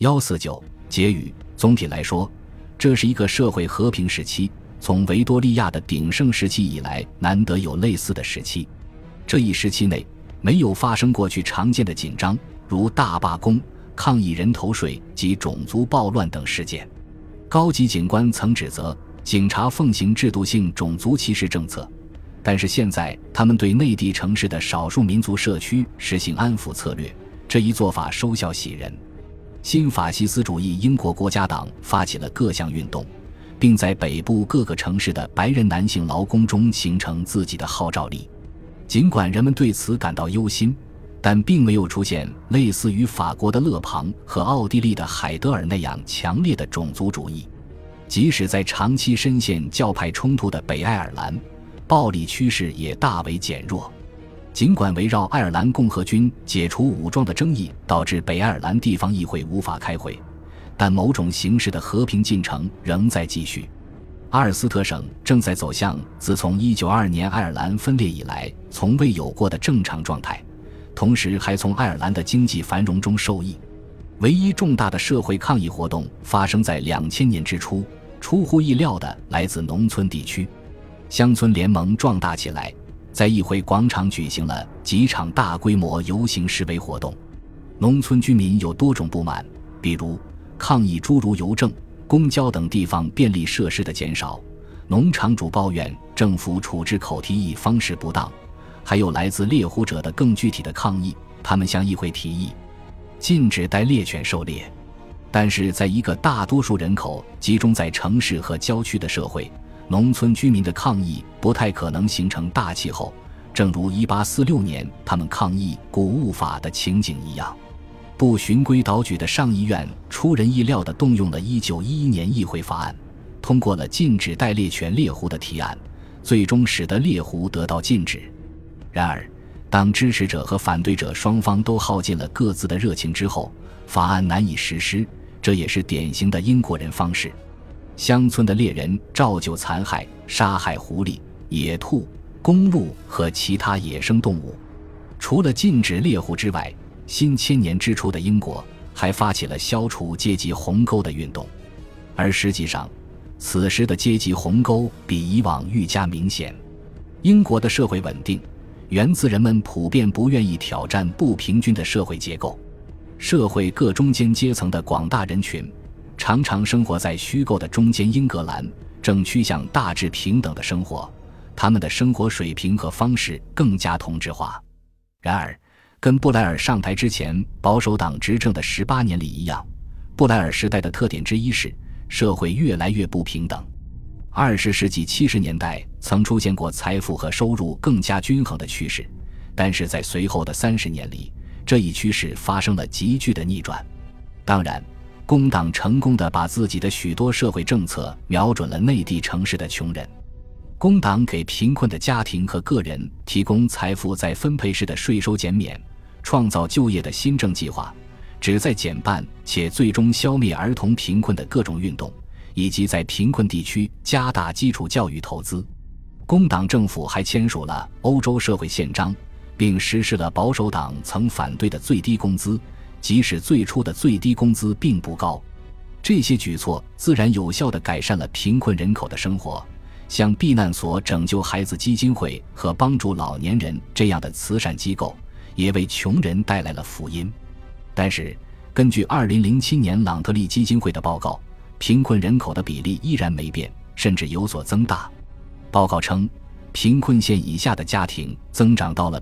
149结语。总体来说，这是一个社会和平时期，从维多利亚的鼎盛时期以来难得有类似的时期。这一时期内没有发生过去常见的紧张，如大罢工、抗议人头税及种族暴乱等事件。高级警官曾指责警察奉行制度性种族歧视政策，但是现在他们对内地城市的少数民族社区实行安抚策略，这一做法收效喜人。新法西斯主义英国国家党发起了各项运动，并在北部各个城市的白人男性劳工中形成自己的号召力。尽管人们对此感到忧心，但并没有出现类似于法国的勒庞和奥地利的海德尔那样强烈的种族主义。即使在长期深陷教派冲突的北爱尔兰，暴力趋势也大为减弱。尽管围绕爱尔兰共和军解除武装的争议导致北爱尔兰地方议会无法开会，但某种形式的和平进程仍在继续。阿尔斯特省正在走向自从1922年爱尔兰分裂以来从未有过的正常状态，同时还从爱尔兰的经济繁荣中受益。唯一重大的社会抗议活动发生在2000年之初，出乎意料的来自农村地区。乡村联盟壮大起来，在议会广场举行了几场大规模游行示威活动。农村居民有多种不满，比如抗议诸如邮政、公交等地方便利设施的减少，农场主抱怨政府处置口蹄疫方式不当，还有来自猎狐者的更具体的抗议，他们向议会提议禁止带猎犬狩猎。但是在一个大多数人口集中在城市和郊区的社会，农村居民的抗议不太可能形成大气候，正如1846年他们抗议谷物法的情景一样。不循规蹈矩的上议院出人意料地动用了1911年议会法案，通过了禁止带猎犬猎狐的提案，最终使得猎狐得到禁止。然而，当支持者和反对者双方都耗尽了各自的热情之后，法案难以实施，这也是典型的英国人方式。乡村的猎人照旧残害、杀害狐狸、野兔、公鹿和其他野生动物。除了禁止猎狐之外，新千年之初的英国还发起了消除阶级鸿沟的运动，而实际上，此时的阶级鸿沟比以往愈加明显。英国的社会稳定源自人们普遍不愿意挑战不平均的社会结构。社会各中间阶层的广大人群常常生活在虚构的中间英格兰，正趋向大致平等的生活，他们的生活水平和方式更加同质化。然而，跟布莱尔上台之前保守党执政的18年里一样，布莱尔时代的特点之一是社会越来越不平等。20世纪70年代曾出现过财富和收入更加均衡的趋势，但是在随后的30年里，这一趋势发生了急剧的逆转。当然，工党成功地把自己的许多社会政策瞄准了内地城市的穷人。工党给贫困的家庭和个人提供财富再分配式的税收减免，创造就业的新政计划，旨在减半且最终消灭儿童贫困的各种运动，以及在贫困地区加大基础教育投资。工党政府还签署了欧洲社会宪章，并实施了保守党曾反对的最低工资，即使最初的最低工资并不高。这些举措自然有效地改善了贫困人口的生活，像避难所、拯救孩子基金会和帮助老年人这样的慈善机构也为穷人带来了福音。但是，根据2007年朗特利基金会的报告，贫困人口的比例依然没变，甚至有所增大。报告称，贫困线以下的家庭增长到了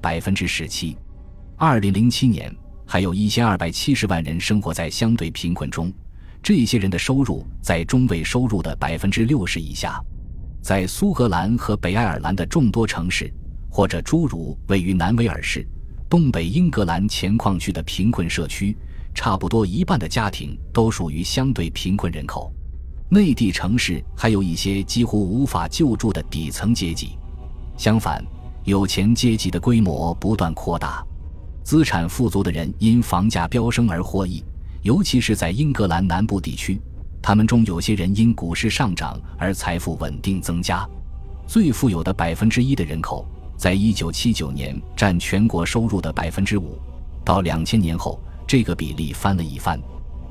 17%。2007年，还有1270万人生活在相对贫困中，这些人的收入在中位收入的 60% 以下。在苏格兰和北爱尔兰的众多城市，或者诸如位于南威尔士、东北英格兰前矿区的贫困社区，差不多一半的家庭都属于相对贫困人口。内地城市还有一些几乎无法救助的底层阶级。相反，有钱阶级的规模不断扩大，资产富足的人因房价飙升而获益，尤其是在英格兰南部地区，他们中有些人因股市上涨而财富稳定增加。最富有的 1% 的人口在1979年占全国收入的 5%， 到2000年后这个比例翻了一番。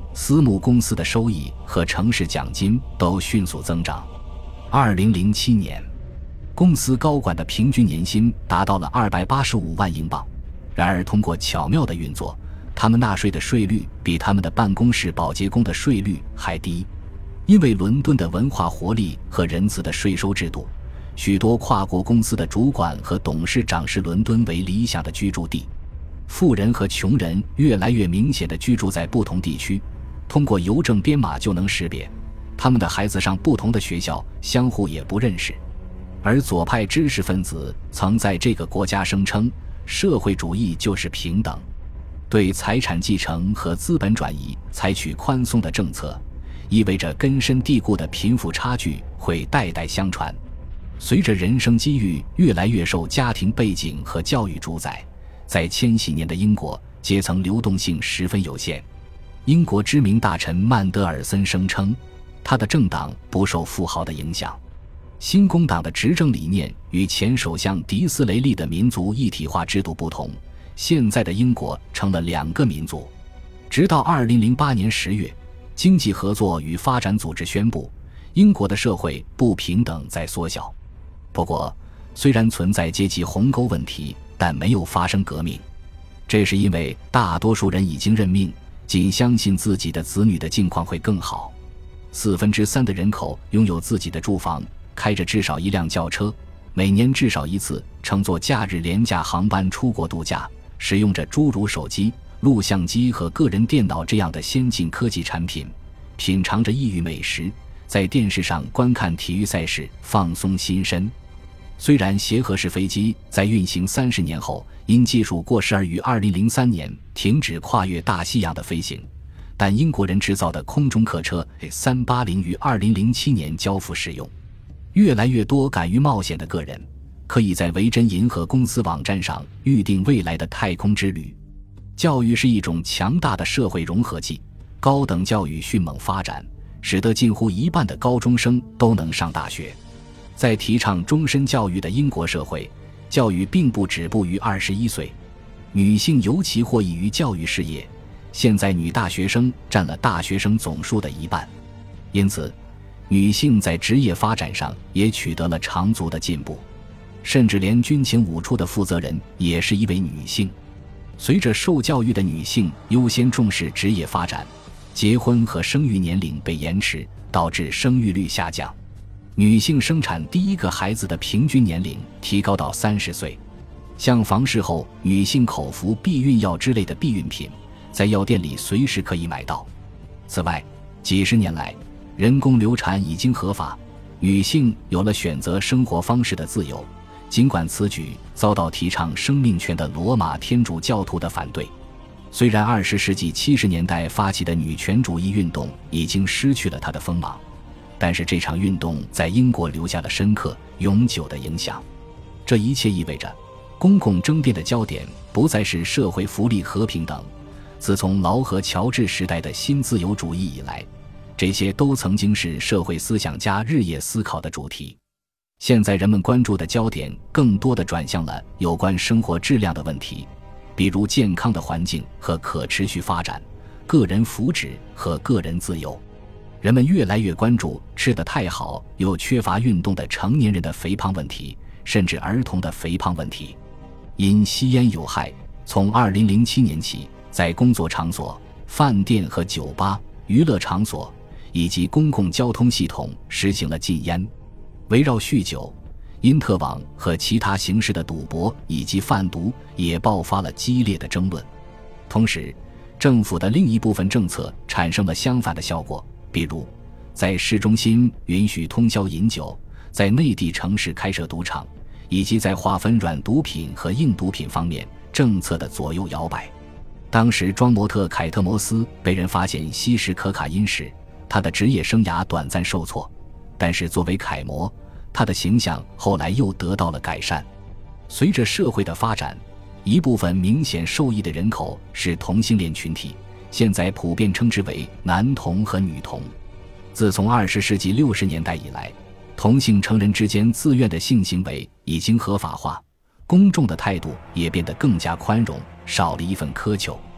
私募公司的收益和城市奖金都迅速增长。2007年，公司高管的平均年薪达到了285万英镑。然而通过巧妙的运作，他们纳税的税率比他们的办公室保洁工的税率还低。因为伦敦的文化活力和仁慈的税收制度，许多跨国公司的主管和董事长视伦敦为理想的居住地。富人和穷人越来越明显地居住在不同地区，通过邮政编码就能识别。他们的孩子上不同的学校，相互也不认识。而左派知识分子曾在这个国家声称，社会主义就是平等，对财产继承和资本转移采取宽松的政策，意味着根深蒂固的贫富差距会代代相传。随着人生机遇越来越受家庭背景和教育主宰，在千禧年的英国，阶层流动性十分有限。英国知名大臣曼德尔森声称，他的政党不受富豪的影响。新工党的执政理念与前首相迪斯雷利的民族一体化制度不同，现在的英国成了2个民族。直到2008年10月，经济合作与发展组织宣布，英国的社会不平等在缩小。不过，虽然存在阶级鸿沟问题，但没有发生革命。这是因为大多数人已经认命，仅相信自己的子女的境况会更好。3%的人口拥有自己的住房，开着至少1辆轿车，每年至少1次乘坐假日廉价航班出国度假，使用着诸如手机、录像机和个人电脑这样的先进科技产品，品尝着异域美食，在电视上观看体育赛事放松心身。虽然协和式飞机在运行30年后因技术过时而于2003年停止跨越大西洋的飞行，但英国人制造的空中客车 A380 于2007年交付使用。越来越多敢于冒险的个人可以在维珍银河公司网站上预定未来的太空之旅。教育是一种强大的社会融合剂，高等教育迅猛发展，使得近乎1半的高中生都能上大学。在提倡终身教育的英国社会，教育并不止步于21岁，女性尤其获益于教育事业，现在女大学生占了大学生总数的1半。因此女性在职业发展上也取得了长足的进步，甚至连军情五处的负责人也是一位女性。随着受教育的女性优先重视职业发展，结婚和生育年龄被延迟，导致生育率下降。女性生产第一个孩子的平均年龄提高到30岁。像房事后女性口服避孕药之类的避孕品，在药店里随时可以买到。此外，几十年来，人工流产已经合法，女性有了选择生活方式的自由，尽管此举遭到提倡生命权的罗马天主教徒的反对。虽然20世纪70年代发起的女权主义运动已经失去了它的锋芒，但是这场运动在英国留下了深刻、永久的影响。这一切意味着，公共争辩的焦点不再是社会福利和平等。自从劳和乔治时代的新自由主义以来，这些都曾经是社会思想家日夜思考的主题。现在人们关注的焦点更多地转向了有关生活质量的问题，比如健康的环境和可持续发展、个人福祉和个人自由。人们越来越关注吃得太好又缺乏运动的成年人的肥胖问题，甚至儿童的肥胖问题。因吸烟有害，从2007年起，在工作场所、饭店和酒吧、娱乐场所以及公共交通系统实行了禁烟。围绕酗酒、因特网和其他形式的赌博以及贩毒也爆发了激烈的争论。同时，政府的另一部分政策产生了相反的效果，比如在市中心允许通宵饮酒，在内地城市开设赌场，以及在划分软毒品和硬毒品方面政策的左右摇摆。当时装模特凯特摩斯被人发现吸食可卡因时，他的职业生涯短暂受挫，但是作为楷模，他的形象后来又得到了改善。随着社会的发展，一部分明显受益的人口是同性恋群体，现在普遍称之为男同和女同。自从20世纪60年代以来，同性成人之间自愿的性行为已经合法化，公众的态度也变得更加宽容，少了一份苛求。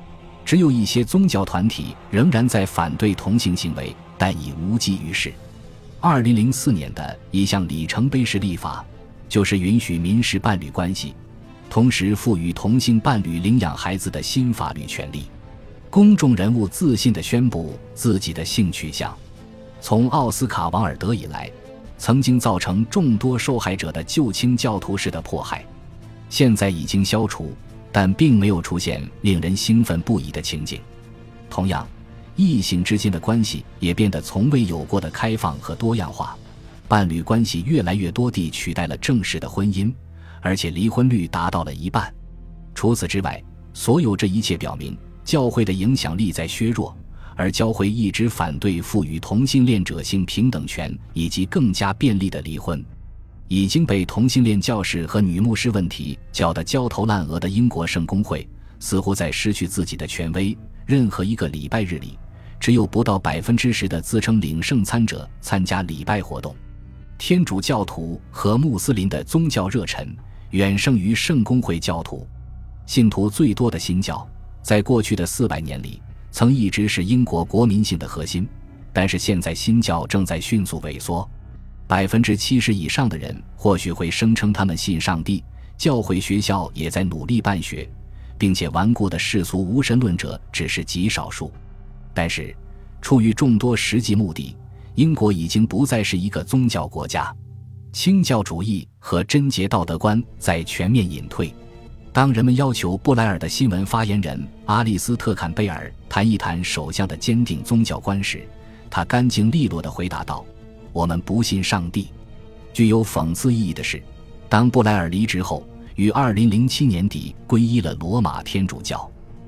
只有一些宗教团体仍然在反对同性行为，但已无济于事。2004年的一项里程碑式立法，就是允许民事伴侣关系，同时赋予同性伴侣领养孩子的新法律权利。公众人物自信地宣布自己的性取向。从奥斯卡·王尔德以来，曾经造成众多受害者的旧清教徒式的迫害，现在已经消除，但并没有出现令人兴奋不已的情景。同样，异性之间的关系也变得从未有过的开放和多样化，伴侣关系越来越多地取代了正式的婚姻，而且离婚率达到了1半。除此之外，所有这一切表明，教会的影响力在削弱，而教会一直反对赋予同性恋者性平等权以及更加便利的离婚。已经被同性恋教士和女牧师问题搅得焦头烂额的英国圣公会，似乎在失去自己的权威。任何一个礼拜日里，只有不到10%的自称领圣餐者参加礼拜活动。天主教徒和穆斯林的宗教热忱远胜于圣公会教徒。信徒最多的新教，在过去的400年里，曾一直是英国国民性的核心，但是现在新教正在迅速萎缩。70%以上的人或许会声称他们信上帝，教会学校也在努力办学，并且顽固的世俗无神论者只是极少数。但是，出于众多实际目的，英国已经不再是一个宗教国家。清教主义和贞洁道德观在全面隐退。当人们要求布莱尔的新闻发言人阿利斯特·坎贝尔谈一谈首相的坚定宗教观时，他干净利落地回答道：我们不信上帝。具有讽刺意义的是，当布莱尔离职后，于2007年底皈依了罗马天主教。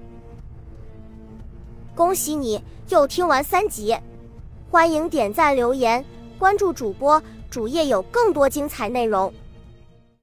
恭喜你又听完3集，欢迎点赞留言，关注主播，主页有更多精彩内容。